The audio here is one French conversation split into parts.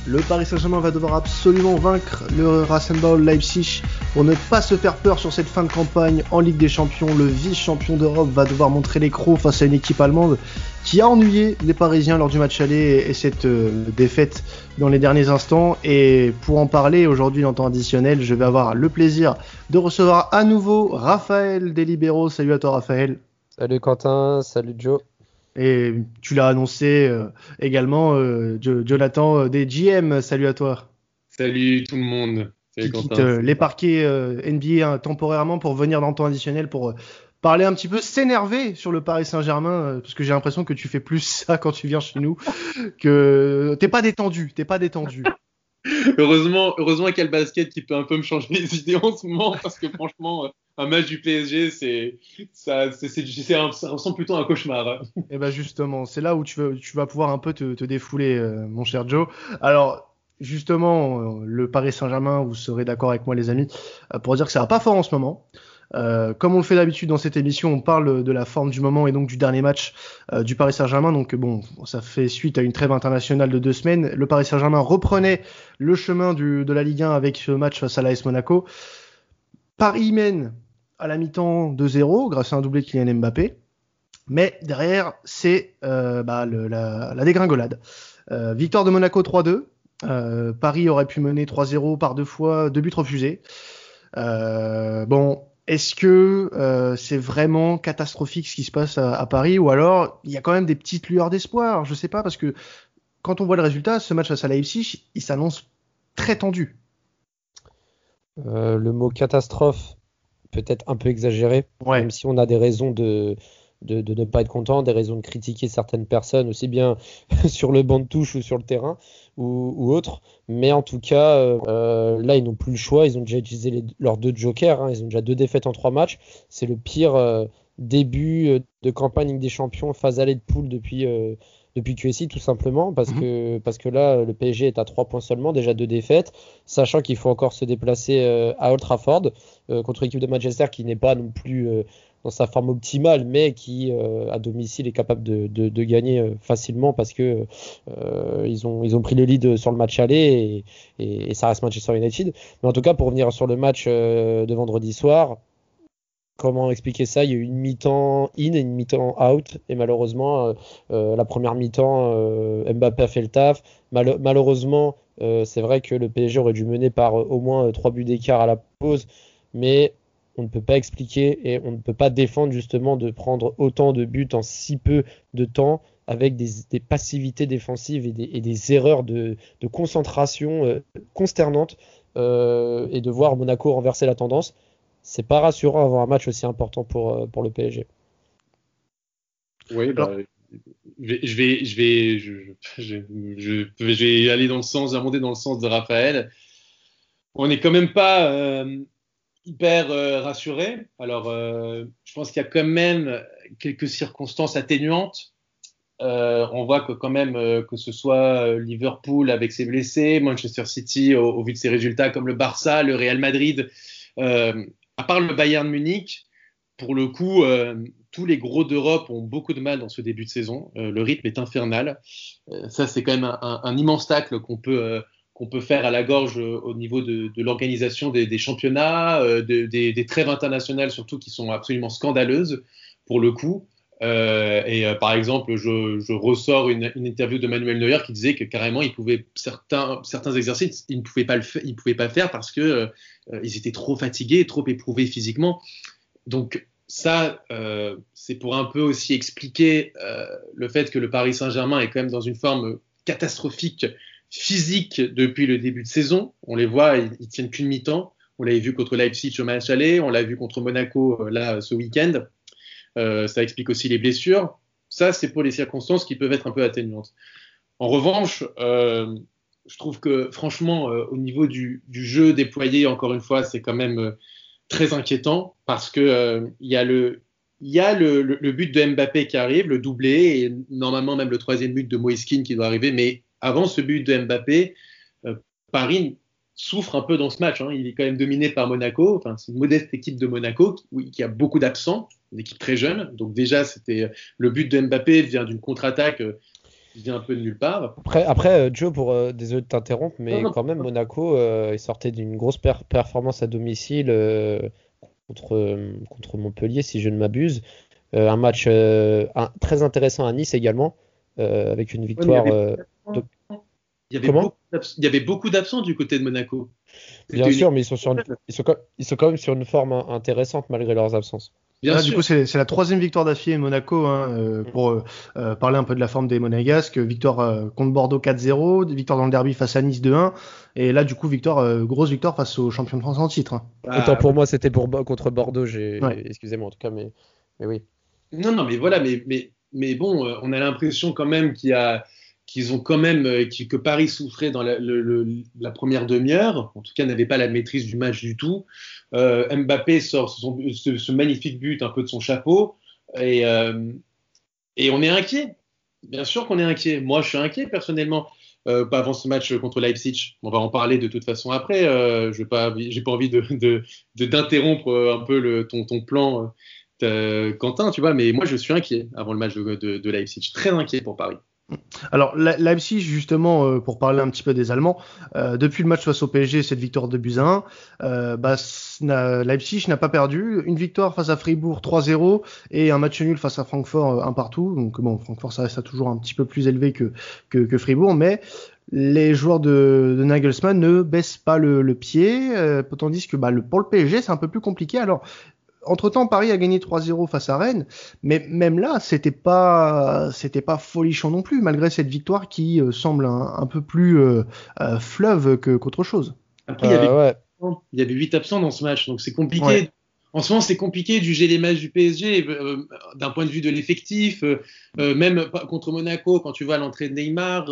Le Paris Saint-Germain va devoir absolument vaincre le Rasenball Leipzig pour ne pas se faire peur sur cette fin de campagne en Ligue des Champions. Le vice-champion d'Europe va devoir montrer les crocs face à une équipe allemande qui a ennuyé les Parisiens lors du match aller et cette défaite dans les derniers instants. Et pour en parler aujourd'hui dans temps additionnel, je vais avoir le plaisir de recevoir à nouveau Raphaël des Libéraux. Salut à toi Raphaël. Salut Quentin, salut Joe. Et tu l'as annoncé également, Jonathan des GM. Salut à toi. Salut tout le monde. Salut qui Quentin. quitte les parquets NBA temporairement pour venir dans temps additionnel pour parler un petit peu, s'énerver sur le Paris Saint-Germain, parce que j'ai l'impression que tu fais plus ça quand tu viens chez nous, que t'es pas détendu. Heureusement qu'il y a le basket qui peut un peu me changer les idées en ce moment, parce que franchement, un match du PSG, ça ressemble plutôt à un cauchemar. Et ben justement, c'est là où tu vas pouvoir un peu te défouler, mon cher Joe. Alors, justement, le Paris Saint-Germain, vous serez d'accord avec moi les amis, pour dire que ça va pas fort en ce moment. Comme on le fait d'habitude dans cette émission, on parle de la forme du moment et donc du dernier match du Paris Saint-Germain. Donc bon, ça fait suite à une trêve internationale de 2 semaines. Le Paris Saint-Germain reprenait le chemin de la Ligue 1 avec ce match face à l'AS Monaco. Paris mène à la mi-temps 2-0 grâce à un doublé de Kylian Mbappé. Mais derrière, c'est la dégringolade. Victoire de Monaco 3-2. Paris aurait pu mener 3-0 par 2 fois, 2 buts refusés. Est-ce que c'est vraiment catastrophique ce qui se passe à Paris, ou alors il y a quand même des petites lueurs d'espoir? Je sais pas, parce que quand on voit le résultat, ce match face à Leipzig, il s'annonce très tendu. Le mot catastrophe peut-être un peu exagéré, même si on a des raisons de ne pas être content, des raisons de critiquer certaines personnes, aussi bien sur le banc de touche ou sur le terrain ou autre. Mais en tout cas, là, ils n'ont plus le choix. Ils ont déjà utilisé leurs 2 jokers. Ils ont déjà 2 défaites en 3 matchs. C'est le pire début de campagne Ligue des Champions, phase allée de poule depuis QSI, tout simplement. Parce que là, le PSG est à 3 points seulement, déjà 2 défaites. Sachant qu'il faut encore se déplacer à Old Trafford contre l'équipe de Manchester qui n'est pas non plus dans sa forme optimale, mais qui à domicile est capable de gagner facilement parce que ils ont pris le lead sur le match aller et ça reste Manchester United. Mais en tout cas, pour revenir sur le match de vendredi soir, comment expliquer ça? Il y a eu une mi-temps in et une mi-temps out, et malheureusement la première mi-temps Mbappé a fait le taf. Malheureusement c'est vrai que le PSG aurait dû mener par au moins 3 buts d'écart à la pause, mais on ne peut pas expliquer et on ne peut pas défendre justement de prendre autant de buts en si peu de temps avec des passivités défensives et des erreurs de concentration consternantes et de voir Monaco renverser la tendance. C'est pas rassurant d'avoir un match aussi important pour le PSG. Oui, je vais aller dans le sens, remonter dans le sens de Raphaël. On n'est quand même pas hyper rassuré. Alors, je pense qu'il y a quand même quelques circonstances atténuantes. On voit que quand même, que ce soit Liverpool avec ses blessés, Manchester City au vu de ses résultats, comme le Barça, le Real Madrid, à part le Bayern Munich, pour le coup, tous les gros d'Europe ont beaucoup de mal dans ce début de saison. Le rythme est infernal. Ça, c'est quand même un immense tacle qu'on peut faire à la gorge au niveau de l'organisation des championnats, des trêves internationales surtout, qui sont absolument scandaleuses pour le coup. Par exemple, je ressors une interview de Manuel Neuer qui disait que carrément certains exercices ils ne pouvaient pas le faire parce que ils étaient trop fatigués, trop éprouvés physiquement. Donc ça, c'est pour un peu aussi expliquer le fait que le Paris Saint-Germain est quand même dans une forme catastrophique physique depuis le début de saison. On les voit, ils tiennent qu'une mi-temps. On l'avait vu contre Leipzig au match aller, on l'a vu contre Monaco là ce week-end. Ça explique aussi les blessures. Ça, c'est pour les circonstances qui peuvent être un peu atténuantes. En revanche, je trouve que franchement, au niveau du jeu déployé, encore une fois, c'est quand même très inquiétant parce que il y a le but de Mbappé qui arrive, le doublé, et normalement même le 3e but de Moise Kean qui doit arriver. Mais avant ce but de Mbappé, Paris souffre un peu dans ce match. Il est quand même dominé par Monaco. Enfin, c'est une modeste équipe de Monaco qui a beaucoup d'absents, une équipe très jeune. Donc déjà, le but de Mbappé vient d'une contre-attaque qui vient un peu de nulle part. Après Joe, désolé de t'interrompre, mais quand même, Monaco, il sortait d'une grosse performance à domicile contre Montpellier, si je ne m'abuse. Un match très intéressant à Nice également, avec une victoire. Il y avait beaucoup d'absents du côté de Monaco. Bien sûr, mais ils sont quand même sur une forme intéressante malgré leurs absences. Du coup, c'est la 3e victoire d'affilée Monaco, pour parler un peu de la forme des Monégasques. Victoire contre Bordeaux 4-0, victoire dans le derby face à Nice 2-1, et là du coup grosse victoire face aux champions de France en titre. Autant pour moi c'était contre Bordeaux, excusez-moi en tout cas, mais oui. Non, mais voilà, mais bon, on a l'impression quand même que Paris souffrait dans la première demi-heure, en tout cas n'avait pas la maîtrise du match du tout. Mbappé sort ce magnifique but un peu de son chapeau, et on est inquiet. Bien sûr qu'on est inquiet. Moi, je suis inquiet personnellement. Pas avant ce match contre Leipzig. On va en parler de toute façon après. J'ai pas envie d'interrompre un peu ton plan, Quentin, tu vois. Mais moi, je suis inquiet avant le match de Leipzig. Très inquiet pour Paris. Alors Leipzig, justement, pour parler un petit peu des Allemands, depuis le match face au PSG, cette victoire de buts à 1, Leipzig n'a pas perdu. Une victoire face à Fribourg 3-0 et un match nul face à Francfort 1 partout. Donc bon, Francfort ça reste toujours un petit peu plus élevé que Fribourg, mais les joueurs de Nagelsmann ne baissent pas le pied, tandis que pour le PSG c'est un peu plus compliqué. Alors entre-temps, Paris a gagné 3-0 face à Rennes, mais même là, c'était pas folichon non plus, malgré cette victoire qui semble un peu plus fleuve qu'autre chose. Après, il y avait 8 absents dans ce match, donc c'est compliqué. Ouais. En ce moment, c'est compliqué de juger les matchs du PSG d'un point de vue de l'effectif. Même contre Monaco, quand tu vois l'entrée de Neymar,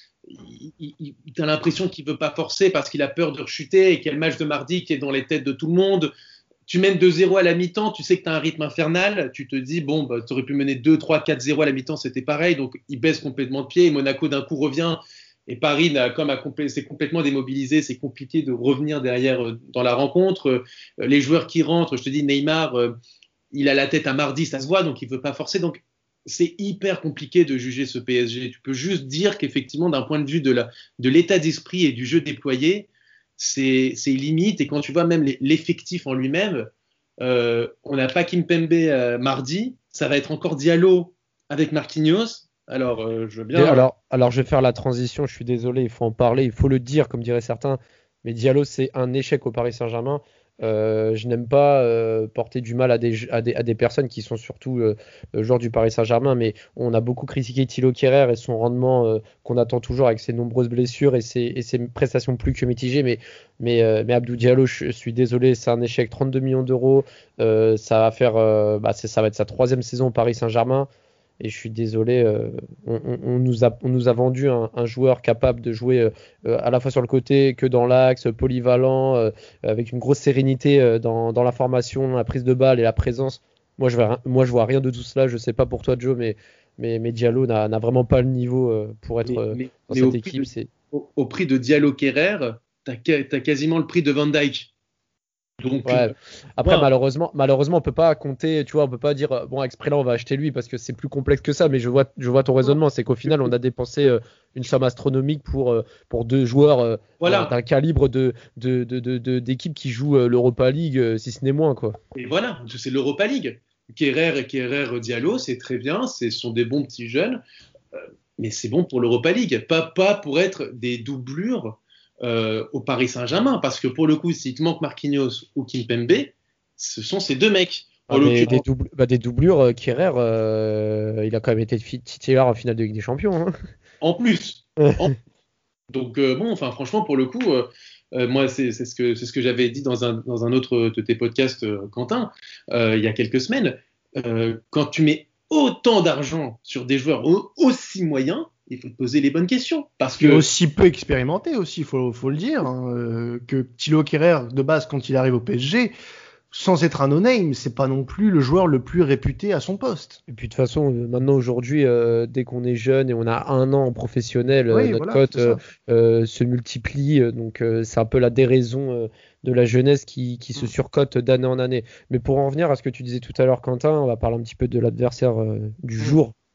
tu as l'impression qu'il veut pas forcer parce qu'il a peur de rechuter et qu'il y a le match de mardi qui est dans les têtes de tout le monde. Tu mènes 2-0 à la mi-temps, tu sais que tu as un rythme infernal, tu te dis, bon, tu aurais pu mener 2, 3, 4-0 à la mi-temps, c'était pareil, donc il baisse complètement de pied, et Monaco d'un coup revient, et Paris s'est complètement démobilisé, c'est compliqué de revenir derrière dans la rencontre. Les joueurs qui rentrent, je te dis, Neymar, il a la tête à mardi, ça se voit, donc il veut pas forcer, donc c'est hyper compliqué de juger ce PSG. Tu peux juste dire qu'effectivement, d'un point de vue de l'état d'esprit et du jeu déployé, c'est limite, et quand tu vois même l'effectif en lui-même, on n'a pas Kimpembe mardi, ça va être encore Diallo avec Marquinhos. Alors je veux bien. Alors je vais faire la transition, je suis désolé, il faut en parler, il faut le dire comme diraient certains, mais Diallo c'est un échec au Paris Saint-Germain. Je n'aime pas porter du mal à des personnes qui sont surtout joueurs du Paris Saint-Germain, mais on a beaucoup critiqué Thilo Kehrer et son rendement qu'on attend toujours avec ses nombreuses blessures et ses prestations plus que mitigées. Mais Abdou Diallo, je suis désolé, c'est un échec. 32 millions d'euros, ça va être sa 3e saison au Paris Saint-Germain. Et je suis désolé, on nous a vendu un joueur capable de jouer à la fois sur le côté que dans l'axe, polyvalent, avec une grosse sérénité dans la formation, la prise de balle et la présence. Moi, je vois rien de tout cela. Je sais pas pour toi, Joe, mais Diallo n'a vraiment pas le niveau pour être dans cette équipe. Au prix de Diallo Kehrer, t'as quasiment le prix de Van Dijk. Donc, ouais. Après, malheureusement, on peut pas compter, tu vois, on peut pas dire bon, exprès là, on va acheter lui parce que c'est plus complexe que ça. Mais je vois ton raisonnement, c'est qu'au final, on a dépensé une somme astronomique pour 2 joueurs d'un calibre d'équipe qui joue l'Europa League, si ce n'est moins, quoi. Et voilà, c'est l'Europa League. Kehrer Diallo, c'est très bien, ce sont des bons petits jeunes, mais c'est bon pour l'Europa League, pas pour être des doublures. Au Paris Saint-Germain, parce que pour le coup, s'il te manque Marquinhos ou Kimpembe, ce sont ces 2 mecs. Des doublures, Kehrer, il a quand même été titulaire en finale de Ligue des Champions. Hein. En plus. Donc franchement, pour le coup, moi, c'est ce que j'avais dit dans un autre de tes podcasts, Quentin, il y a quelques semaines. Quand tu mets autant d'argent sur des joueurs aussi moyens, il faut te poser les bonnes questions. Parce que aussi peu expérimenté aussi, faut le dire, que Thilo Kehrer, de base, quand il arrive au PSG, sans être un no-name, c'est pas non plus le joueur le plus réputé à son poste. Et puis de toute façon, maintenant aujourd'hui, dès qu'on est jeune et on a 1 an en professionnel, notre cote se multiplie. Donc c'est un peu la déraison de la jeunesse qui se surcote d'année en année. Mais pour en revenir à ce que tu disais tout à l'heure, Quentin, on va parler un petit peu de l'adversaire du jour.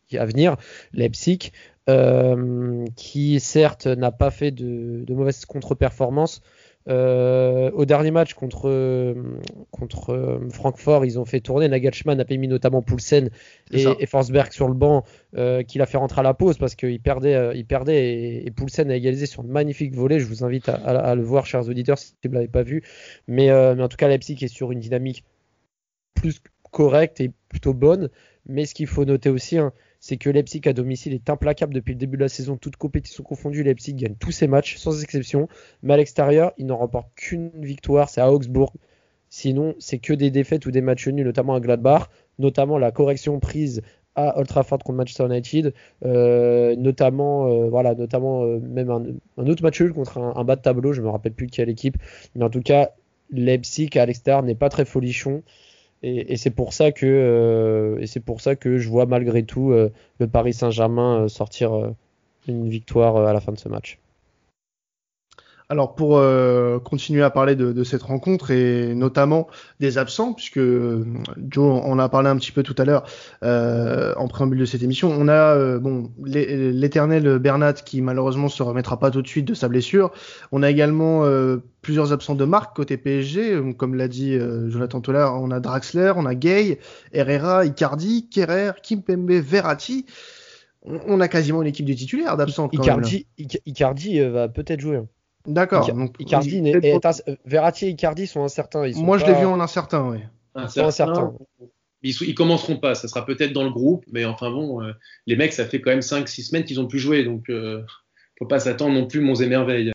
à venir. Leipzig, qui certes n'a pas fait de mauvaises contre-performances. Au dernier match contre Francfort, ils ont fait tourner. Nagelsmann a mis notamment Poulsen et Forsberg sur le banc, qu'il a fait rentrer à la pause parce qu'il perdait, et Poulsen a égalisé sur une magnifique volée. Je vous invite à le voir, chers auditeurs, si vous ne l'avez pas vu. Mais en tout cas, Leipzig est sur une dynamique plus correcte et plutôt bonne. Mais ce qu'il faut noter aussi, c'est que Leipzig à domicile est implacable depuis le début de la saison, toutes compétitions confondues. Leipzig gagne tous ses matchs sans exception, mais à l'extérieur, il n'en remporte qu'une victoire, c'est à Augsbourg. Sinon, c'est que des défaites ou des matchs nuls, notamment à Gladbach, notamment la correction prise à Old Trafford contre Manchester United, notamment même un autre match nul contre un bas de tableau, je me rappelle plus de quelle équipe, mais en tout cas, Leipzig à l'extérieur n'est pas très folichon. Et c'est pour ça que je vois malgré tout le Paris Saint-Germain sortir une victoire à la fin de ce match. Alors pour continuer à parler de cette rencontre et notamment des absents, puisque Joe en a parlé un petit peu tout à l'heure en préambule de cette émission, on a l'éternel Bernat qui malheureusement se remettra pas tout de suite de sa blessure. On a également plusieurs absents de marque côté PSG, comme l'a dit Jonathan Tollard, on a Draxler, on a Gay, Herrera, Icardi, Kerrer, Kimpembe, Verratti. On a quasiment une équipe de titulaires d'absents. Icardi va peut-être jouer. D'accord. Verratti et Icardi sont incertains. Moi, je l'ai vu en incertain, oui. Incertain. Ils commenceront pas. Ça sera peut-être dans le groupe, mais enfin bon, les mecs, ça fait quand même 5-6 semaines qu'ils ont plus joué, donc faut pas s'attendre non plus monts et merveilles.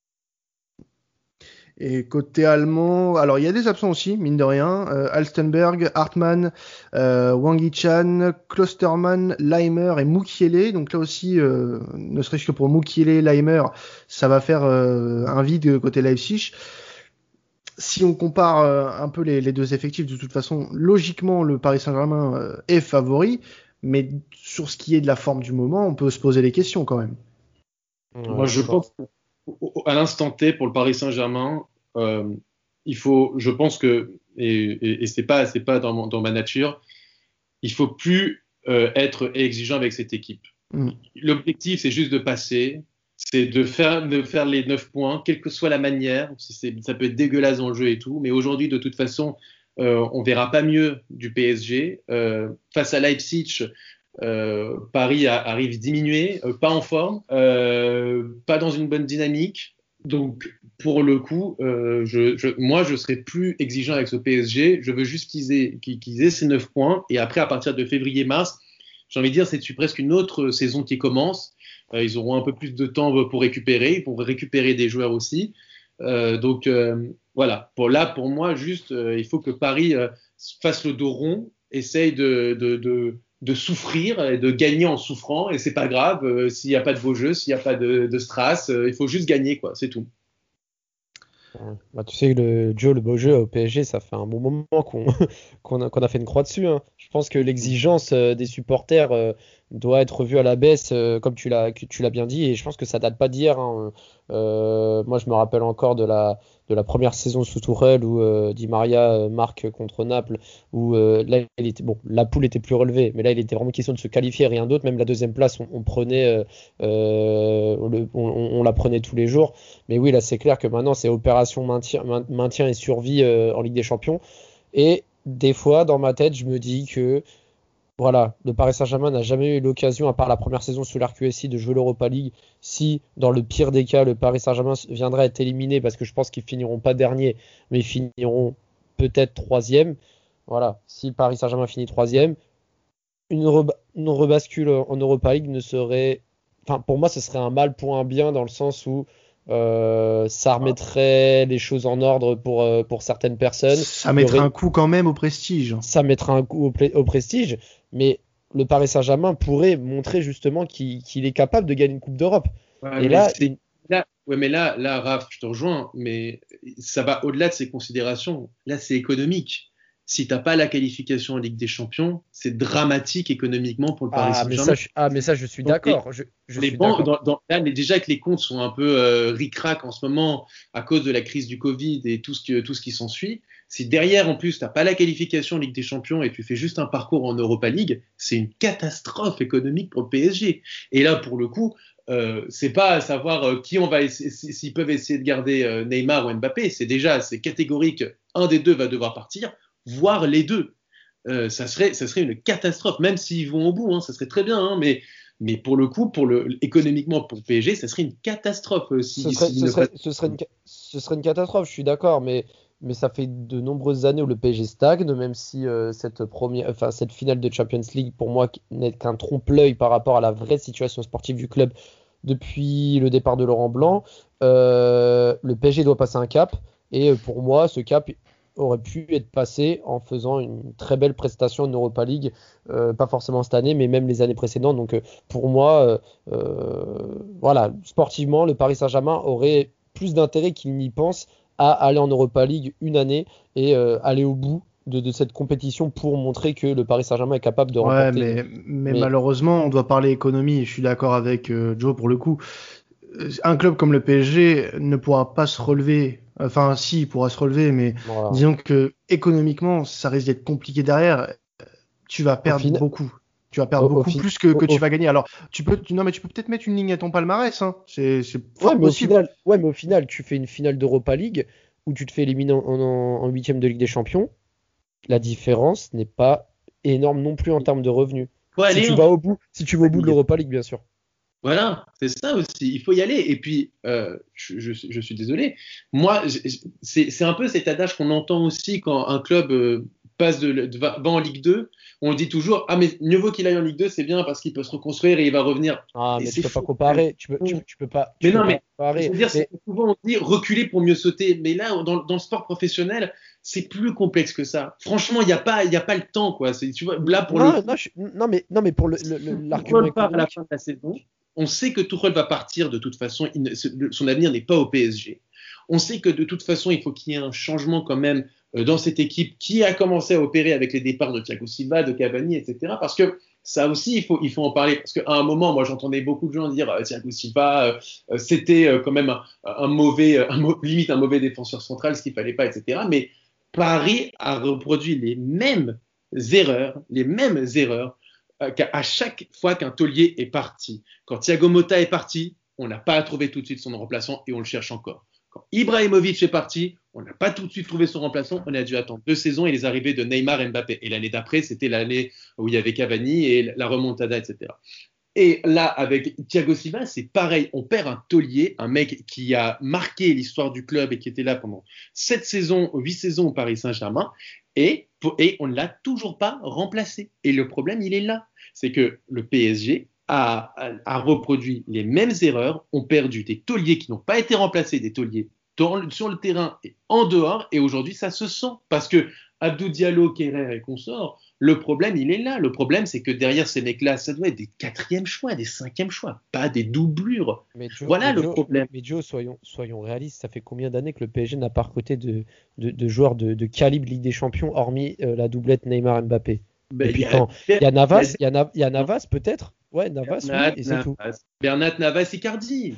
Et côté allemand, alors il y a des absents aussi, mine de rien. Alstenberg, Hartmann, Wang Yichan, Klostermann, Leimer et Mukiele. Donc là aussi, ne serait-ce que pour Mukiele, Leimer, ça va faire un vide côté Leipzig. Si on compare un peu les deux effectifs, de toute façon, logiquement, le Paris Saint-Germain est favori. Mais sur ce qui est de la forme du moment, on peut se poser des questions quand même. Moi, je pense à l'instant T pour le Paris Saint-Germain, je pense que et c'est pas dans ma nature, il faut plus être exigeant avec cette équipe. L'objectif, c'est juste de passer, c'est de faire les 9 points, quelle que soit la manière. Ça peut être dégueulasse dans le jeu et tout, mais aujourd'hui, de toute façon, on verra pas mieux du PSG face à Leipzig. Paris arrive diminué, pas en forme, pas dans une bonne dynamique. Donc, pour le coup, moi, je serais plus exigeant avec ce PSG. Je veux juste qu'ils aient ces 9 points. Et après, à partir de février-mars, j'ai envie de dire, c'est presque une autre saison qui commence. Ils auront un peu plus de temps pour récupérer des joueurs aussi. Voilà. Pour moi, juste, il faut que Paris fasse le dos rond, essaye de souffrir et de gagner en souffrant, et c'est pas grave s'il n'y a pas de beau jeu, s'il n'y a pas de strass, il faut juste gagner, quoi, c'est tout. Bah, tu sais que le beau jeu au PSG, ça fait un bon moment qu'on a fait une croix dessus, hein. Je pense que l'exigence des supporters doit être revue à la baisse, comme tu l'as bien dit, et je pense que ça date pas d'hier, hein. Moi, je me rappelle encore de la première saison sous Tourelle où Di Maria marque contre Naples, où là, la poule était plus relevée, mais là, il était vraiment question de se qualifier, rien d'autre. Même la deuxième place, on la prenait tous les jours. Mais oui, là, c'est clair que maintenant, c'est opération maintien et survie en Ligue des Champions. Et des fois, dans ma tête, je me dis que voilà, le Paris Saint-Germain n'a jamais eu l'occasion, à part la première saison sous l'RQSI, de jouer l'Europa League. Si, dans le pire des cas, le Paris Saint-Germain viendrait être éliminé, parce que je pense qu'ils finiront pas dernier, mais ils finiront peut-être troisième. Voilà, si le Paris Saint-Germain finit troisième, une rebascule en Europa League ne serait... Enfin, pour moi, ce serait un mal pour un bien, dans le sens où ça remettrait les choses en ordre pour certaines personnes. Ça mettrait un coup quand même au prestige. Ça mettrait un coup au prestige, mais le Paris Saint-Germain pourrait montrer justement qu'il est capable de gagner une Coupe d'Europe. Ouais, et là, Raph, je te rejoins, mais ça va au-delà de ces considérations. Là, c'est économique. Si t'as pas la qualification en Ligue des Champions, c'est dramatique économiquement pour le Paris Saint-Germain. Mais ça, je suis d'accord. Déjà que les comptes sont un peu ric-rac en ce moment à cause de la crise du Covid et tout ce qui s'ensuit. Si derrière, en plus, tu n'as pas la qualification en Ligue des Champions et tu fais juste un parcours en Europa League, c'est une catastrophe économique pour le PSG. Et là, pour le coup, c'est pas à savoir qui on va s'ils peuvent essayer de garder Neymar ou Mbappé. C'est catégorique. Un des deux va devoir partir, voire les deux. Ça serait une catastrophe, même s'ils vont au bout, hein, ça serait très bien, hein, mais pour le coup, économiquement pour le PSG, ça serait une catastrophe. Ce serait une catastrophe, je suis d'accord, mais ça fait de nombreuses années où le PSG stagne, même si cette finale de Champions League, pour moi, n'est qu'un trompe-l'œil par rapport à la vraie situation sportive du club depuis le départ de Laurent Blanc. Le PSG doit passer un cap, et pour moi, ce cap aurait pu être passé en faisant une très belle prestation en Europa League, pas forcément cette année, mais même les années précédentes. Donc pour moi, voilà, sportivement, le Paris Saint-Germain aurait plus d'intérêt qu'il n'y pense à aller en Europa League une année et aller au bout de cette compétition pour montrer que le Paris Saint-Germain est capable de remporter. Mais malheureusement, on doit parler économie. Je suis d'accord avec Joe pour le coup. Un club comme le PSG ne pourra pas se relever. Enfin, si, il pourra se relever, mais voilà. Disons que économiquement, ça risque d'être compliqué derrière. Tu vas perdre beaucoup. Tu vas perdre beaucoup plus que tu vas gagner. Alors, tu peux peut-être mettre une ligne à ton palmarès. Hein. C'est possible. Mais au final, tu fais une finale d'Europa League où tu te fais éliminer en huitième de Ligue des Champions. La différence n'est pas énorme non plus en termes de revenus. Si tu vas au bout de l'Europa League, bien sûr. Voilà, c'est ça aussi. Il faut y aller. Et puis, je suis désolé. Moi, c'est un peu cet adage qu'on entend aussi quand un club va en Ligue 2. On dit toujours, ah, mais mieux vaut qu'il aille en Ligue 2, c'est bien parce qu'il peut se reconstruire et il va revenir. Ah, mais tu peux pas comparer. Tu peux pas. Comparer. Je veux dire, souvent on dit reculer pour mieux sauter. Mais là, dans le sport professionnel, c'est plus complexe que ça. Franchement, il n'y a pas le temps, quoi. Tu vois, là, pour non, mais pour l'argument économique. À la fin de la saison, on sait que Tuchel va partir de toute façon. Son avenir n'est pas au PSG. On sait que de toute façon, il faut qu'il y ait un changement quand même dans cette équipe qui a commencé à opérer avec les départs de Thiago Silva, de Cavani, etc. Parce que ça aussi, il faut en parler. Parce qu'à un moment, moi, j'entendais beaucoup de gens dire Thiago Silva, c'était quand même limite un mauvais défenseur central, ce qu'il fallait pas, etc. Mais Paris a reproduit les mêmes erreurs à chaque fois qu'un taulier est parti. Quand Thiago Motta est parti, on n'a pas trouvé tout de suite son remplaçant et on le cherche encore. Quand Ibrahimovic est parti, on n'a pas tout de suite trouvé son remplaçant, on a dû attendre 2 saisons et les arrivées de Neymar et Mbappé. Et l'année d'après, c'était l'année où il y avait Cavani et la remontada, etc. Et là, avec Thiago Silva, c'est pareil. On perd un taulier, un mec qui a marqué l'histoire du club et qui était là pendant 8 saisons au Paris Saint-Germain. Et on ne l'a toujours pas remplacé. Et le problème, il est là. C'est que le PSG a reproduit les mêmes erreurs, ont perdu des tauliers qui n'ont pas été remplacés, des tauliers sur le terrain et en dehors, et aujourd'hui ça se sent, parce que Abdou Diallo, Kerrer et consorts, le problème il est là, le problème c'est que derrière ces mecs-là, ça doit être des 4e choix, des 5e choix, pas des doublures. Le problème. Mais Joe, soyons réalistes, ça fait combien d'années que le PSG n'a pas recruté de joueurs de calibre Ligue des Champions, hormis la doublette Neymar-Mbappé? Depuis quand ? Il y a Navas peut-être. Ouais, Navas, oui, et c'est tout. Bernat, Navas, Icardi.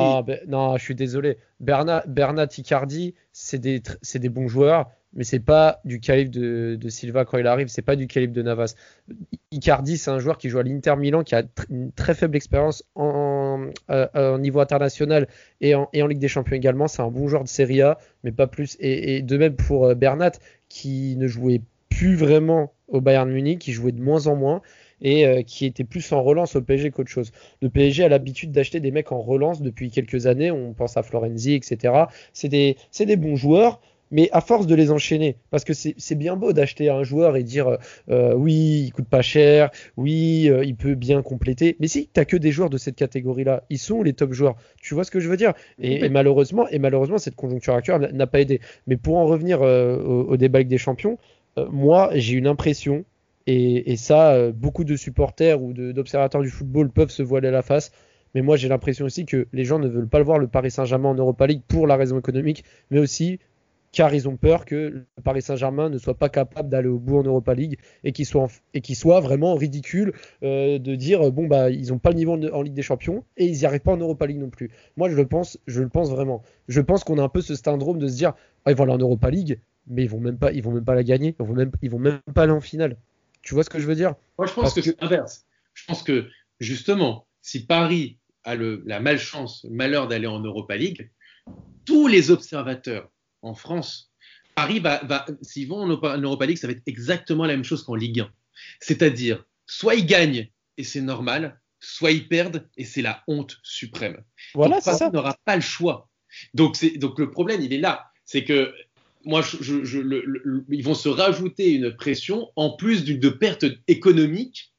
Non, je suis désolé. Bernat, Icardi, c'est des bons joueurs, mais c'est pas du calibre de Silva quand il arrive, c'est pas du calibre de Navas. Icardi, c'est un joueur qui joue à l'Inter Milan, qui a une très faible expérience en niveau international et en Ligue des Champions également. C'est un bon joueur de Serie A, mais pas plus. Et de même pour Bernat, qui ne jouait plus vraiment au Bayern Munich, qui jouait de moins en moins et qui était plus en relance au PSG qu'autre chose. Le PSG a l'habitude d'acheter des mecs en relance depuis quelques années, on pense à Florenzi, etc. C'est des bons joueurs, mais à force de les enchaîner, parce que c'est bien beau d'acheter un joueur et dire oui, il coûte pas cher, oui, il peut bien compléter, mais si t'as que des joueurs de cette catégorie-là, ils sont les top joueurs, tu vois ce que je veux dire, et malheureusement cette conjoncture actuelle n'a pas aidé. Mais pour en revenir au débat avec des champions, moi j'ai une impression, et ça beaucoup de supporters ou d'observateurs du football peuvent se voiler la face, mais moi j'ai l'impression aussi que les gens ne veulent pas le voir, le Paris Saint-Germain en Europa League, pour la raison économique, mais aussi car ils ont peur que le Paris Saint-Germain ne soit pas capable d'aller au bout en Europa League et qu'il soit vraiment ridicule de dire ils n'ont pas le niveau en Ligue des Champions et ils n'y arrivent pas en Europa League non plus. Moi je le pense vraiment. Je pense qu'on a un peu ce syndrome de se dire ils vont aller en Europa League, mais ils vont même pas la gagner. Ils vont même pas aller en finale. Tu vois ce que je veux dire? Moi, je pense que c'est l'inverse. Je pense que, justement, si Paris a la malchance, le malheur d'aller en Europa League, tous les observateurs en France, Paris s'ils vont en Europa League, ça va être exactement la même chose qu'en Ligue 1. C'est-à-dire, soit ils gagnent et c'est normal, soit ils perdent et c'est la honte suprême. Voilà, donc, c'est ça. Paris n'aura pas le choix. Donc le problème, il est là. C'est que moi, ils vont se rajouter une pression en plus de pertes économiques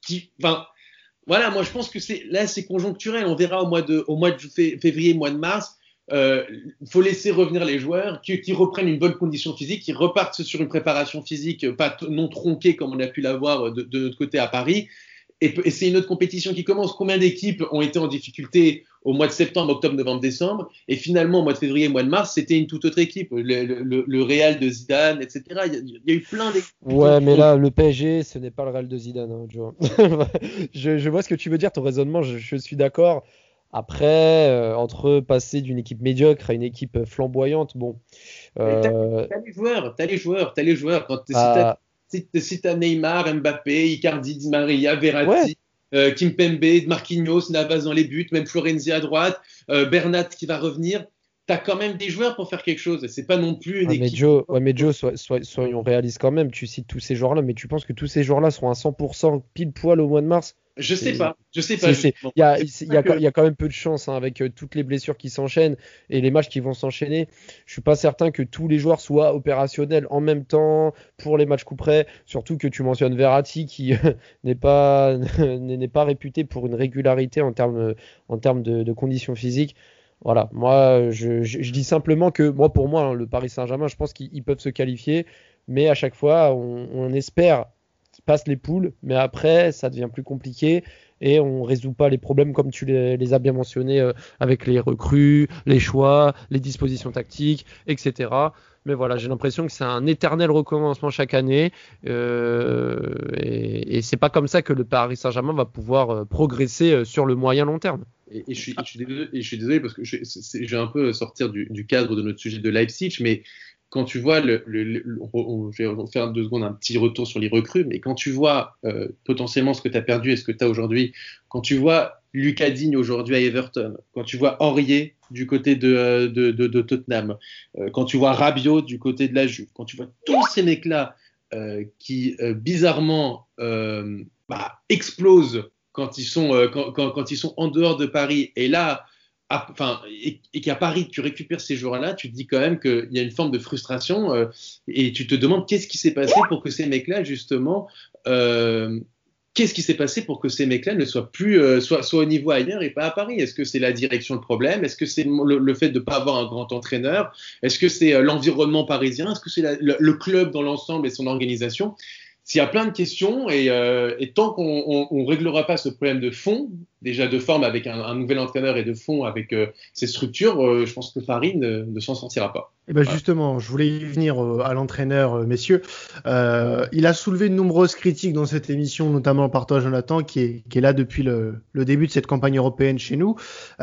voilà, moi je pense que c'est conjoncturel. On verra au mois de février, mois de mars. Faut laisser revenir les joueurs qui reprennent une bonne condition physique, qui repartent sur une préparation physique non tronquée comme on a pu l'avoir de notre côté à Paris. Et c'est une autre compétition qui commence. Combien d'équipes ont été en difficulté au mois de septembre, octobre, novembre, décembre? Et finalement, au mois de février, mois de mars, c'était une toute autre équipe. Le Real de Zidane, etc. Il y a eu plein d'équipes. Ouais, mais là, le PSG, ce n'est pas le Real de Zidane. Hein, je vois ce que tu veux dire, ton raisonnement, je suis d'accord. Après, entre passer d'une équipe médiocre à une équipe flamboyante, bon. T'as les joueurs. Si t'as Neymar, Mbappé, Icardi, Di Maria, Verratti, Kimpembe, Marquinhos, Navas dans les buts, même Florenzi à droite, Bernat qui va revenir, t'as quand même des joueurs pour faire quelque chose. C'est pas non plus une équipe. Mais Joe, soyons réalistes quand même. Tu cites tous ces joueurs-là, mais tu penses que tous ces joueurs-là seront à 100% pile poil au mois de mars? Je sais pas. Il y a quand même peu de chance avec toutes les blessures qui s'enchaînent et les matchs qui vont s'enchaîner. Je suis pas certain que tous les joueurs soient opérationnels en même temps pour les matchs coup près. Surtout que tu mentionnes Verratti qui n'est pas réputé pour une régularité en termes de conditions physiques. Voilà, moi je dis simplement que pour moi, hein, le Paris Saint-Germain, je pense qu'ils peuvent se qualifier, mais à chaque fois on espère qu'ils passent les poules, mais après ça devient plus compliqué et on résout pas les problèmes comme tu les as bien mentionnés avec les recrues, les choix, les dispositions tactiques, etc. Mais voilà, j'ai l'impression que c'est un éternel recommencement chaque année et c'est pas comme ça que le Paris Saint-Germain va pouvoir progresser sur le moyen long terme. Et je suis désolé parce que je vais un peu sortir du cadre de notre sujet de Leipzig, mais quand tu vois, je vais faire 2 secondes un petit retour sur les recrues, mais quand tu vois potentiellement ce que tu as perdu et ce que tu as aujourd'hui, quand tu vois Lucas Digne aujourd'hui à Everton, quand tu vois Aurier du côté de Tottenham, quand tu vois Rabiot du côté de la Juve, quand tu vois tous ces mecs-là qui bizarrement explosent quand ils sont en dehors de Paris, et là, et qu'à Paris tu récupères ces joueurs-là, tu te dis quand même qu'il y a une forme de frustration et tu te demandes qu'est-ce qui s'est passé pour que ces mecs-là justement qu'est-ce qui s'est passé pour que ces mecs-là ne soient plus soient au niveau ailleurs et pas à Paris? Est-ce que c'est la direction le problème? Est-ce que c'est le fait de ne pas avoir un grand entraîneur? Est-ce que c'est l'environnement parisien? Est-ce que c'est le club dans l'ensemble et son organisation? S'il y a plein de questions et tant qu'on ne réglera pas ce problème de fond, déjà de forme avec un nouvel entraîneur et de fond avec ces structures, je pense que Paris ne s'en sortira pas. Et ben justement, je voulais y venir à l'entraîneur, messieurs. Il a soulevé de nombreuses critiques dans cette émission, notamment par toi, Jonathan, qui est là depuis le début de cette campagne européenne chez nous.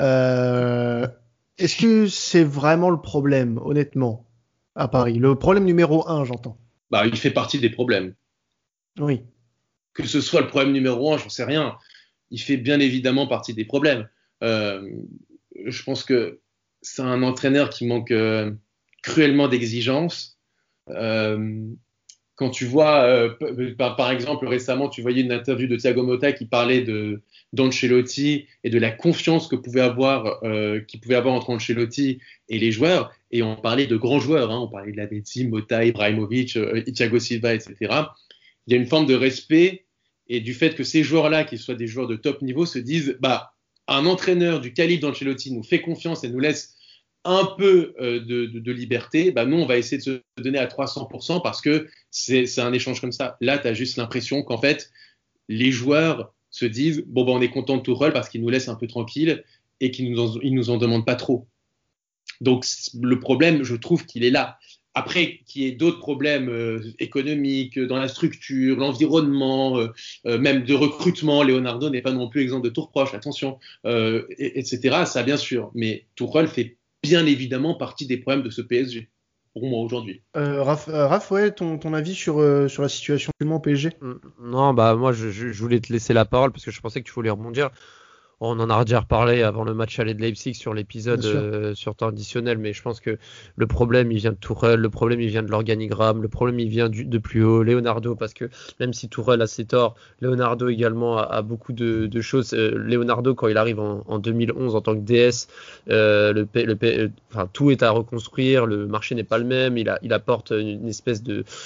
Est-ce que c'est vraiment le problème, honnêtement, à Paris? Le problème numéro 1, j'entends. Il fait partie des problèmes. Oui. Que ce soit le problème numéro 1, j'en sais rien. Il fait bien évidemment partie des problèmes. Je pense que c'est un entraîneur qui manque cruellement d'exigence. Quand tu vois, par exemple, récemment, tu voyais une interview de Thiago Motta qui parlait d'Ancelotti et de la confiance qu'il pouvait avoir entre Ancelotti et les joueurs. Et on parlait de grands joueurs. On parlait de Lavezzi, Motta, Ibrahimovic, Thiago Silva, etc. Il y a une forme de respect et du fait que ces joueurs-là, qu'ils soient des joueurs de top niveau, se disent un entraîneur du calibre d'Ancelotti nous fait confiance et nous laisse un peu de liberté, nous on va essayer de se donner à 300% parce que c'est un échange comme ça. Là, tu as juste l'impression qu'en fait, les joueurs se disent on est content de Tuchel parce qu'il nous laisse un peu tranquille et qu'il nous en demande pas trop. Donc le problème, je trouve qu'il est là. Après, qu'il y ait d'autres problèmes économiques, dans la structure, l'environnement, même de recrutement, Leonardo n'est pas non plus exemple de tout reproche, attention, etc. Ça, bien sûr. Mais Tuchel fait bien évidemment partie des problèmes de ce PSG, pour moi aujourd'hui. Raph, ouais, ton avis sur la situation actuellement au PSG? Non, bah moi je voulais te laisser la parole parce que je pensais que tu voulais rebondir. On en a déjà reparlé avant le match aller de Leipzig sur l'épisode Bien sûr. sur temps additionnel, mais je pense que le problème il vient de Tourelle, le problème il vient de l'organigramme, le problème il vient de plus haut, Leonardo, parce que même si Tourelle a ses torts, Leonardo également a beaucoup de choses. Leonardo, quand il arrive en 2011 en tant que DS, enfin, tout est à reconstruire, le marché n'est pas le même, il apporte une espèce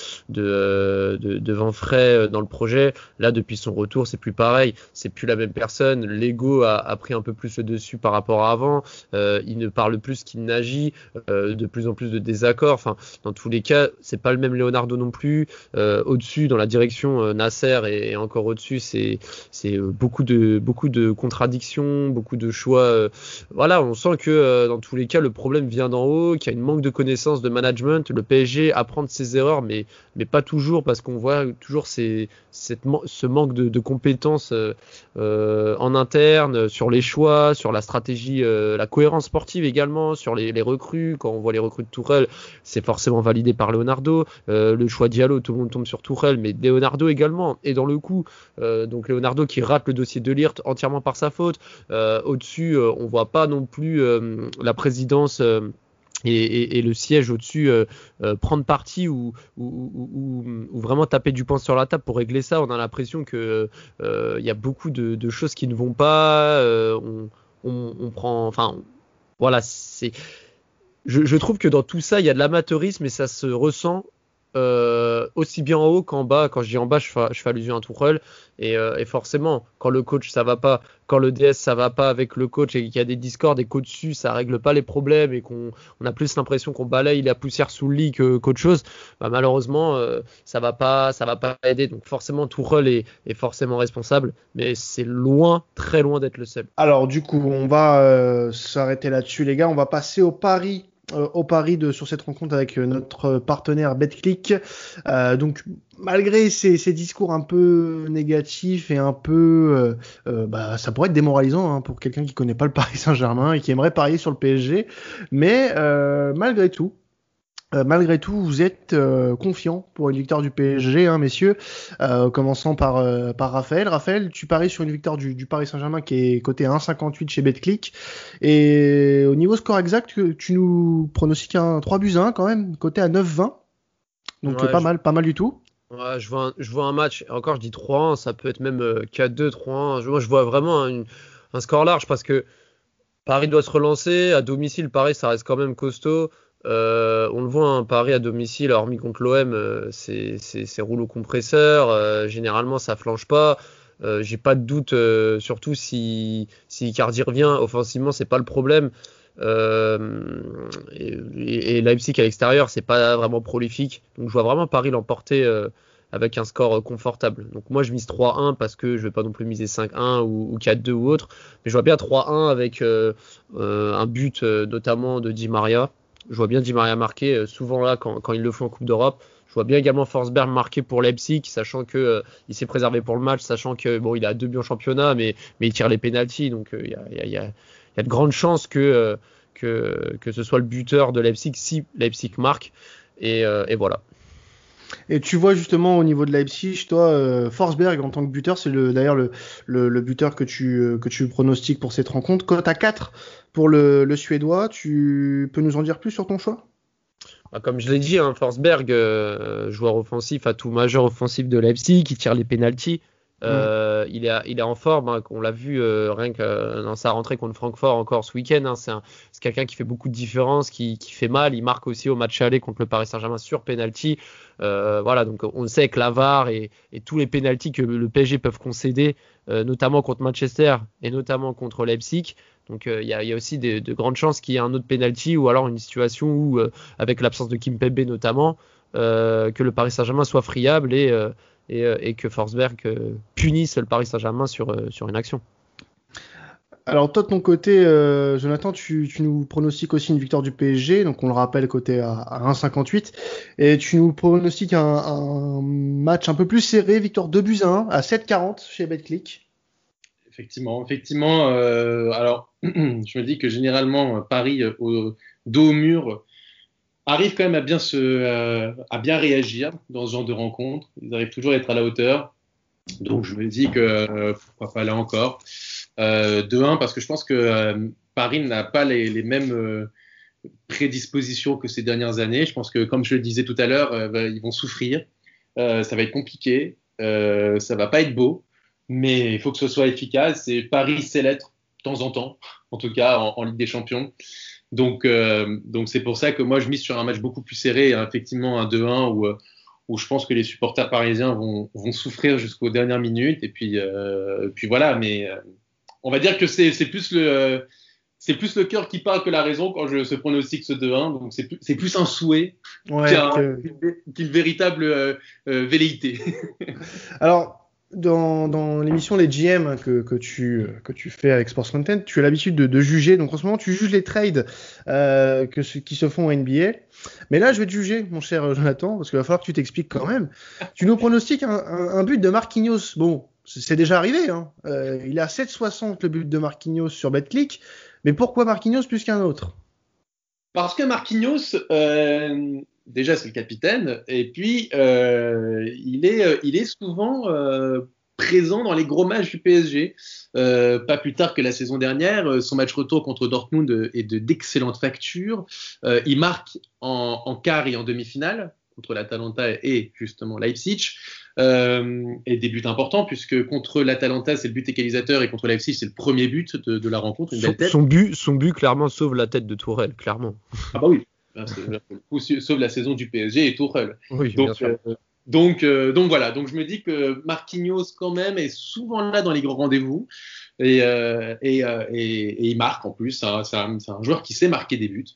de vent frais dans le projet. Là, depuis son retour, c'est plus pareil, c'est plus la même personne, l'ego a pris un peu plus le dessus par rapport à avant. Il ne parle plus qu'il n'agit. De plus en plus de désaccords. Enfin, dans tous les cas, c'est pas le même Leonardo non plus. Au-dessus, dans la direction Nasser et encore au-dessus, c'est beaucoup de contradictions, beaucoup de choix. Voilà, on sent que dans tous les cas, le problème vient d'en haut, qu'il y a une manque de connaissances de management. Le PSG apprend de ses erreurs, mais pas toujours, parce qu'on voit toujours ce manque de compétences en interne, sur les choix, sur la stratégie, la cohérence sportive également, sur les recrues. Quand on voit les recrues de Tourelle, c'est forcément validé par Leonardo. Le choix Diallo, tout le monde tombe sur Tourelle, mais Leonardo également est dans le coup. Donc Leonardo qui rate le dossier de Ligt entièrement par sa faute. Au-dessus, on voit pas non plus la présidence. Et le siège au-dessus prendre parti ou vraiment taper du poing sur la table pour régler ça. On a l'impression que y a beaucoup de choses qui ne vont pas. On prend, enfin, voilà, je trouve que dans tout ça, il y a de l'amateurisme et ça se ressent aussi bien en haut qu'en bas. Quand je dis en bas, je fais allusion à Tuchel. Et forcément, quand le coach ça va pas, quand le DS ça va pas avec le coach et qu'il y a des discords et qu'au-dessus ça règle pas les problèmes et qu'on a plus l'impression qu'on balaye la poussière sous le lit qu'autre chose, bah malheureusement ça va pas aider. Donc forcément Tuchel est forcément responsable, mais c'est loin, très loin d'être le seul. Alors du coup, on va s'arrêter là-dessus, les gars. On va passer au pari sur cette rencontre avec notre partenaire BetClick. Donc malgré ces discours un peu négatifs et un peu, ça pourrait être démoralisant pour quelqu'un qui connaît pas le Paris Saint-Germain et qui aimerait parier sur le PSG, mais malgré tout, vous êtes confiant pour une victoire du PSG, hein, messieurs, commençant par Raphaël. Raphaël, tu paries sur une victoire du Paris Saint-Germain qui est coté à 1,58 chez BetClick. Et au niveau score exact, tu nous pronostiques un 3-1 quand même, coté à 9,20. Donc Ouais, pas mal du tout. ouais, je vois un match, et encore je dis 3-1, ça peut être même 4-2, 3-1. Moi je vois vraiment un score large parce que Paris doit se relancer. À domicile, Paris, ça reste quand même costaud. On le voit, hein, Paris à domicile, hormis contre l'OM, c'est rouleau compresseur. Généralement, ça flanche pas. J'ai pas de doute, surtout si Icardi revient. Offensivement, c'est pas le problème. Et Leipzig à l'extérieur, c'est pas vraiment prolifique. Donc, je vois vraiment Paris l'emporter avec un score confortable. Donc moi je mise 3-1 parce que je vais pas non plus miser 5-1 ou 4-2 ou autre, mais je vois bien 3-1 avec un but notamment de Di Maria. Je vois bien Di Maria marquer souvent là quand il le fait en Coupe d'Europe. Je vois bien également Forsberg marquer pour Leipzig, sachant que il s'est préservé pour le match, sachant que bon il a 2 buts en championnat, mais il tire les pénaltys, donc il y a de grandes chances que ce soit le buteur de Leipzig si Leipzig marque. Et voilà. Et tu vois justement au niveau de Leipzig, toi, Forsberg en tant que buteur, c'est d'ailleurs le buteur que tu pronostiques pour cette rencontre. Cote à 4 pour le Suédois, tu peux nous en dire plus sur ton choix? Comme je l'ai dit, hein, Forsberg, joueur offensif, atout majeur offensif de Leipzig, qui tire les pénaltys. Il est en forme, hein, on l'a vu rien que dans sa rentrée contre Francfort encore ce week-end. Hein, c'est quelqu'un qui fait beaucoup de différences, qui fait mal. Il marque aussi au match aller contre le Paris Saint-Germain sur penalty. Voilà, donc on sait que la VAR et tous les pénaltys que le PSG peuvent concéder, notamment contre Manchester et notamment contre Leipzig. Donc il y a aussi de grandes chances qu'il y ait un autre penalty ou alors une situation où, avec l'absence de Kimpembe notamment, que le Paris Saint-Germain soit friable et que Forsberg punisse le Paris Saint-Germain sur une action. Alors toi de ton côté, Jonathan, tu nous pronostiques aussi une victoire du PSG, donc on le rappelle côté à 1,58, et tu nous pronostiques un match un peu plus serré, victoire 2-1 à 7,40 chez BetClick. Effectivement. Alors, je me dis que généralement, Paris, au dos au mur, arrivent quand même à bien réagir dans ce genre de rencontre. Ils arrivent toujours à être à la hauteur. Donc je me dis que pourquoi pas là encore. 2-1 parce que je pense que Paris n'a pas les mêmes prédispositions que ces dernières années. Je pense que, comme je le disais tout à l'heure, ils vont souffrir. Ça va être compliqué. Ça va pas être beau. Mais il faut que ce soit efficace. Et Paris sait l'être de temps en temps, en tout cas en Ligue des Champions. Donc c'est pour ça que moi je mise sur un match beaucoup plus serré, hein, effectivement un 2-1 où je pense que les supporters parisiens vont souffrir jusqu'aux dernières minutes. Et puis voilà. Mais on va dire que c'est plus le cœur qui parle que la raison quand je se pronostique ce 2-1. Donc c'est plus un souhait qu'une véritable velléité. Alors, dans l'émission Les GM que tu fais avec Sports Content, tu as l'habitude de juger. Donc en ce moment, tu juges les trades qui se font en NBA. Mais là, je vais te juger, mon cher Jonathan, parce qu'il va falloir que tu t'expliques quand même. Tu nous pronostiques un but de Marquinhos. Bon, c'est déjà arrivé. Hein. Il est à 7,60 le but de Marquinhos sur BetClick. Mais pourquoi Marquinhos plus qu'un autre? Parce que Marquinhos, déjà c'est le capitaine, et puis il est souvent présent dans les gros matchs du PSG. Pas plus tard que la saison dernière, son match retour contre Dortmund est d'excellente facture. Il marque en quart et en demi-finale contre l'Atalanta et justement Leipzig. Et des buts importants puisque contre l'Atalanta c'est le but égalisateur et contre Leipzig c'est le premier but de la rencontre, une belle tête. Son but clairement sauve la tête de Tourelle, clairement. Ah bah oui, sauve la saison du PSG et Tourelle. Oui, donc voilà, donc je me dis que Marquinhos quand même est souvent là dans les grands rendez-vous et il marque en plus, hein, c'est un joueur qui sait marquer des buts.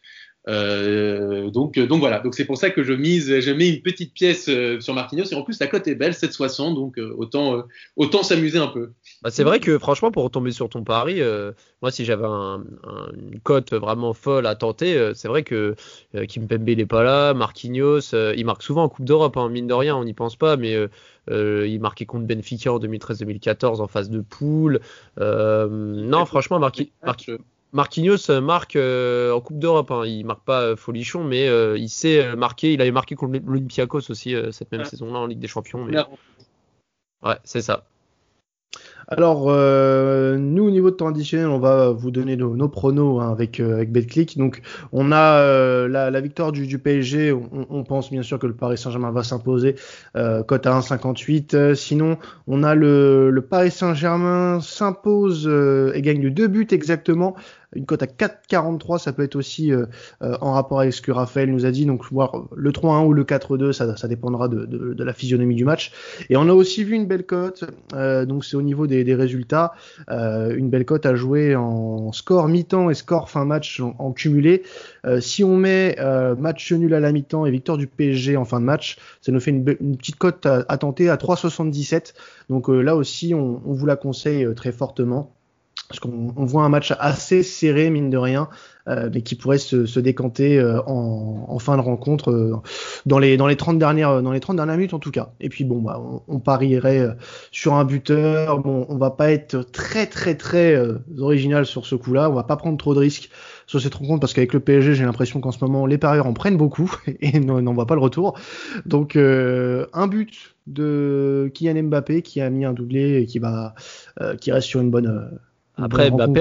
Donc voilà, donc c'est pour ça que je mets une petite pièce sur Marquinhos et en plus la cote est belle, 7,60, donc autant s'amuser un peu. Bah, c'est vrai que franchement pour retomber sur ton pari, moi si j'avais une cote vraiment folle à tenter, c'est vrai que Kimpembe il est pas là, Marquinhos il marque souvent en Coupe d'Europe, hein, mine de rien on n'y pense pas, mais il marquait contre Benfica en 2013-2014 en phase de poule. Non franchement Marquinhos marque en Coupe d'Europe, hein. Il marque pas folichon, mais il sait marquer. Il avait marqué contre l'Olympiakos aussi cette même saison-là en Ligue des Champions. Mais... Ouais, c'est ça. Alors, nous, au niveau de temps additionnel, on va vous donner nos pronos hein, avec BetClick. Donc, on a la victoire du PSG. On pense bien sûr que le Paris Saint-Germain va s'imposer. Cote à 1,58. Sinon, on a le Paris Saint-Germain s'impose et gagne de 2 buts exactement. Une cote à 4,43, ça peut être aussi en rapport avec ce que Raphaël nous a dit. Donc, voir le 3-1 ou le 4-2, ça dépendra de la physionomie du match. Et on a aussi vu une belle cote. Donc, c'est au niveau des résultats. Une belle cote à jouer en score mi-temps et score fin match en cumulé. Si on met match nul à la mi-temps et victoire du PSG en fin de match, ça nous fait une petite cote à tenter à 3,77. Donc là aussi, on vous la conseille très fortement. Parce qu'on voit un match assez serré, mine de rien, mais qui pourrait se décanter en fin de rencontre dans les 30 dernières minutes en tout cas. Et puis bon, bah, on parierait sur un buteur. Bon, on va pas être très original sur ce coup-là. On va pas prendre trop de risques sur cette rencontre parce qu'avec le PSG, j'ai l'impression qu'en ce moment les parieurs en prennent beaucoup et n'en voient pas le retour. Donc un but de Kylian Mbappé qui a mis un doublé et qui reste sur une bonne après Mbappé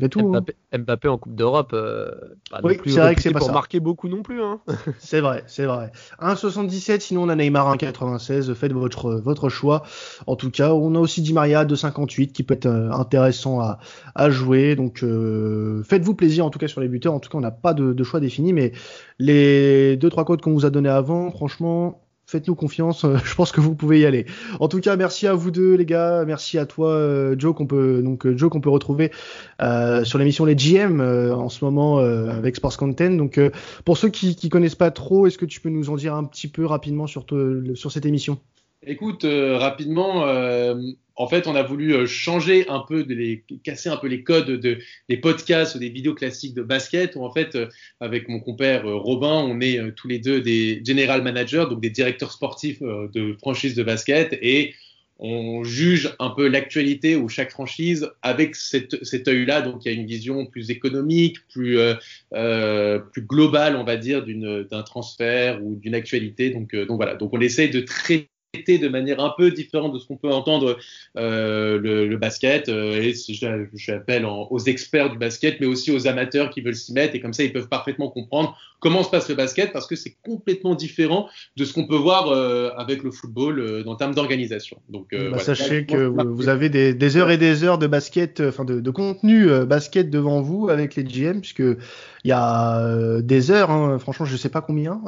en Coupe d'Europe, oui, c'est vrai que c'est pas pour ça. Marquer beaucoup non plus. Hein. C'est vrai. 1,77, sinon on a Neymar à 1,96. Faites votre choix. En tout cas, on a aussi Di Maria à 2,58 qui peut être intéressant à jouer. Donc faites-vous plaisir en tout cas sur les buteurs. En tout cas, on n'a pas de choix défini, mais les 2-3 codes qu'on vous a donnés avant, franchement. Faites-nous confiance, je pense que vous pouvez y aller. En tout cas, merci à vous deux les gars, merci à toi Joe qu'on peut retrouver sur l'émission Les GM en ce moment avec Sports Content. Donc pour ceux qui connaissent pas trop, est-ce que tu peux nous en dire un petit peu rapidement sur cette émission? Écoute, rapidement, en fait, on a voulu changer un peu, casser un peu les codes des podcasts ou des vidéos classiques de basket, où en fait, avec mon compère Robin, on est tous les deux des general managers, donc des directeurs sportifs de franchises de basket, et on juge un peu l'actualité ou chaque franchise avec cet œil-là. Donc, il y a une vision plus économique, plus globale, on va dire, d'un transfert ou d'une actualité. Donc voilà. Donc, on essaye de traiter de manière un peu différente de ce qu'on peut entendre le basket et j'appelle aux experts du basket mais aussi aux amateurs qui veulent s'y mettre et comme ça ils peuvent parfaitement comprendre comment se passe le basket parce que c'est complètement différent de ce qu'on peut voir avec le football en termes d'organisation. Donc voilà. Sachez que vous avez des heures et des heures de basket, enfin de contenu basket devant vous avec les GM puisque il y a des heures, hein, franchement je sais pas combien.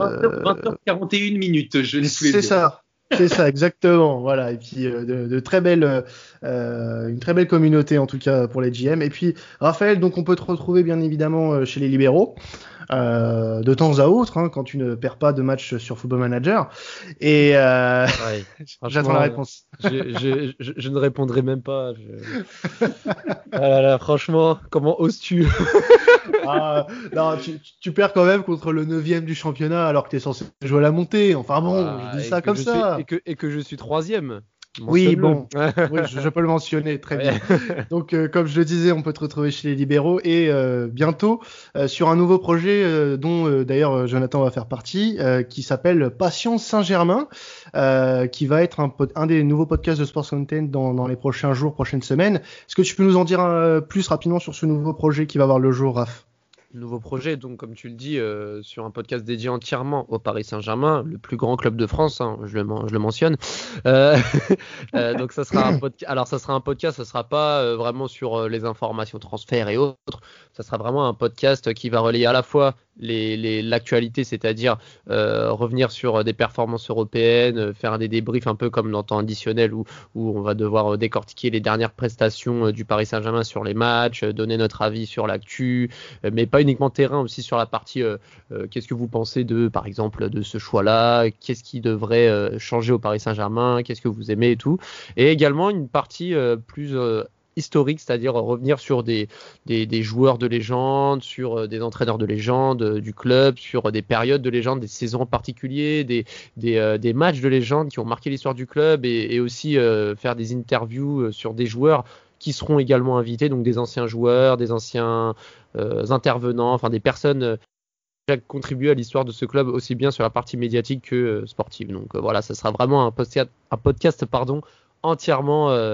20h41 minutes, je n'ai plus les C'est ça. C'est ça, exactement. Voilà. Et puis de très belles, une très belle communauté en tout cas pour les GM. Et puis Raphaël, donc on peut te retrouver bien évidemment chez les libéraux de temps à autre, hein, quand tu ne perds pas de match sur Football Manager. Et ouais, j'attends la réponse. Je ne répondrai même pas. Ah là là, franchement, comment oses-tu? Non, tu perds quand même contre le 9e du championnat alors que tu es censé jouer à la montée. Enfin bon, je dis ça comme ça. Et que je suis 3e. Oui, bon, oui, je peux le mentionner très bien. Donc, comme je le disais, on peut te retrouver chez les libéraux et bientôt sur un nouveau projet dont d'ailleurs Jonathan va faire partie, qui s'appelle Passion Saint-Germain, qui va être un des nouveaux podcasts de Sports Content dans les prochains jours, prochaines semaines. Est-ce que tu peux nous en dire plus rapidement sur ce nouveau projet qui va voir le jour, Raph? Nouveau projet, donc comme tu le dis, sur un podcast dédié entièrement au Paris Saint-Germain, le plus grand club de France, hein, je le mentionne. Donc ça sera un podcast, ça sera pas vraiment sur les informations transferts et autres. Ça sera vraiment un podcast qui va relayer à la fois l'actualité, c'est-à-dire revenir sur des performances européennes, faire des débriefs un peu comme dans temps additionnel où on va devoir décortiquer les dernières prestations du Paris Saint-Germain sur les matchs, donner notre avis sur l'actu, mais pas uniquement terrain, aussi sur la partie qu'est-ce que vous pensez par exemple de ce choix-là, qu'est-ce qui devrait changer au Paris Saint-Germain, qu'est-ce que vous aimez et tout, et également une partie plus historique, c'est-à-dire revenir sur des joueurs de légende, sur des entraîneurs de légende du club, sur des périodes de légende, des saisons en particulier, des matchs de légende qui ont marqué l'histoire du club et aussi faire des interviews sur des joueurs qui seront également invités, donc des anciens joueurs, des anciens intervenants, enfin des personnes qui ont contribué à l'histoire de ce club aussi bien sur la partie médiatique que sportive. Donc voilà, ça sera vraiment un podcast entièrement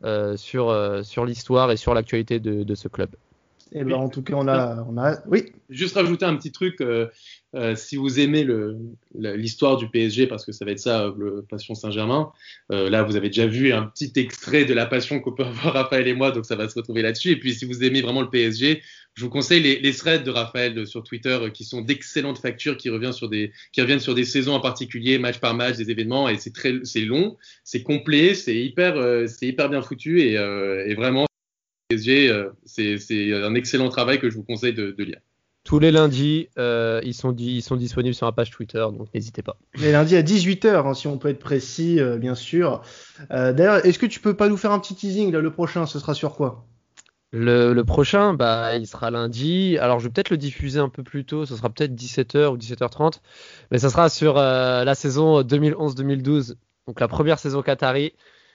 sur l'histoire et sur l'actualité de ce club. Et ben en tout cas, on a... Oui. Juste rajouter un petit truc, si vous aimez l'histoire du PSG, parce que ça va être ça, le Passion Saint-Germain, là vous avez déjà vu un petit extrait de la passion qu'on peut avoir Raphaël et moi, donc ça va se retrouver là-dessus. Et puis si vous aimez vraiment le PSG, je vous conseille les threads de Raphaël sur Twitter qui sont d'excellentes factures, qui reviennent sur des saisons en particulier, match par match, des événements, et c'est long, c'est complet, c'est hyper bien foutu et vraiment PSG, c'est un excellent travail que je vous conseille de lire. Tous les lundis, ils sont disponibles sur la page Twitter, donc n'hésitez pas. Les lundis à 18h, hein, si on peut être précis, bien sûr. D'ailleurs, est-ce que tu peux pas nous faire un petit teasing là, le prochain, ce sera sur quoi? Le prochain, il sera lundi. Alors, je vais peut-être le diffuser un peu plus tôt. Ce sera peut-être 17h ou 17h30. Mais ça sera sur la saison 2011-2012. Donc, la première saison qatari.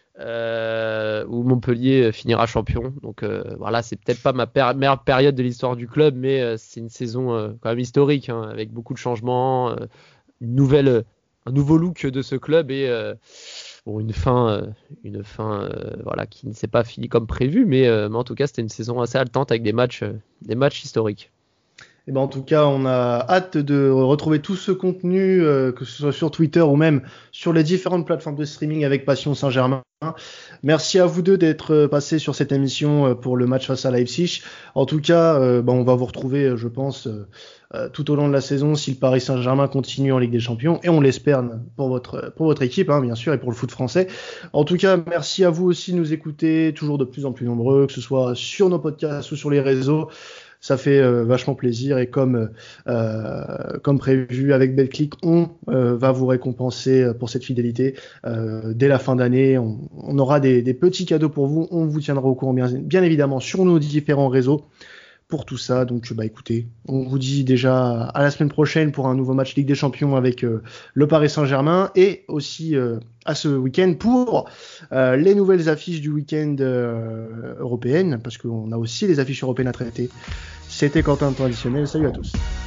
Où Montpellier finira champion. Donc voilà, c'est peut-être pas ma meilleure période de l'histoire du club, mais c'est une saison quand même historique, hein, avec beaucoup de changements, un nouveau look de ce club et une fin voilà, qui ne s'est pas finie comme prévu, mais en tout cas c'était une saison assez haletante avec des matchs historiques. Et ben en tout cas, on a hâte de retrouver tout ce contenu, que ce soit sur Twitter ou même sur les différentes plateformes de streaming avec Passion Saint-Germain. Merci à vous deux d'être passés sur cette émission pour le match face à Leipzig. En tout cas, on va vous retrouver, je pense, tout au long de la saison si le Paris Saint-Germain continue en Ligue des Champions, et on l'espère pour votre équipe, hein, bien sûr, et pour le foot français. En tout cas, merci à vous aussi de nous écouter, toujours de plus en plus nombreux, que ce soit sur nos podcasts ou sur les réseaux. Ça fait vachement plaisir, et comme prévu avec Betclic, on va vous récompenser pour cette fidélité dès la fin d'année. On aura des petits cadeaux pour vous. On vous tiendra au courant bien évidemment sur nos différents réseaux pour tout ça. Donc écoutez, on vous dit déjà à la semaine prochaine pour un nouveau match Ligue des Champions avec le Paris Saint-Germain, et aussi à ce week-end pour les nouvelles affiches du week-end européennes, parce qu'on a aussi les affiches européennes à traiter. C'était Quentin de Temps Additionnel, salut à tous.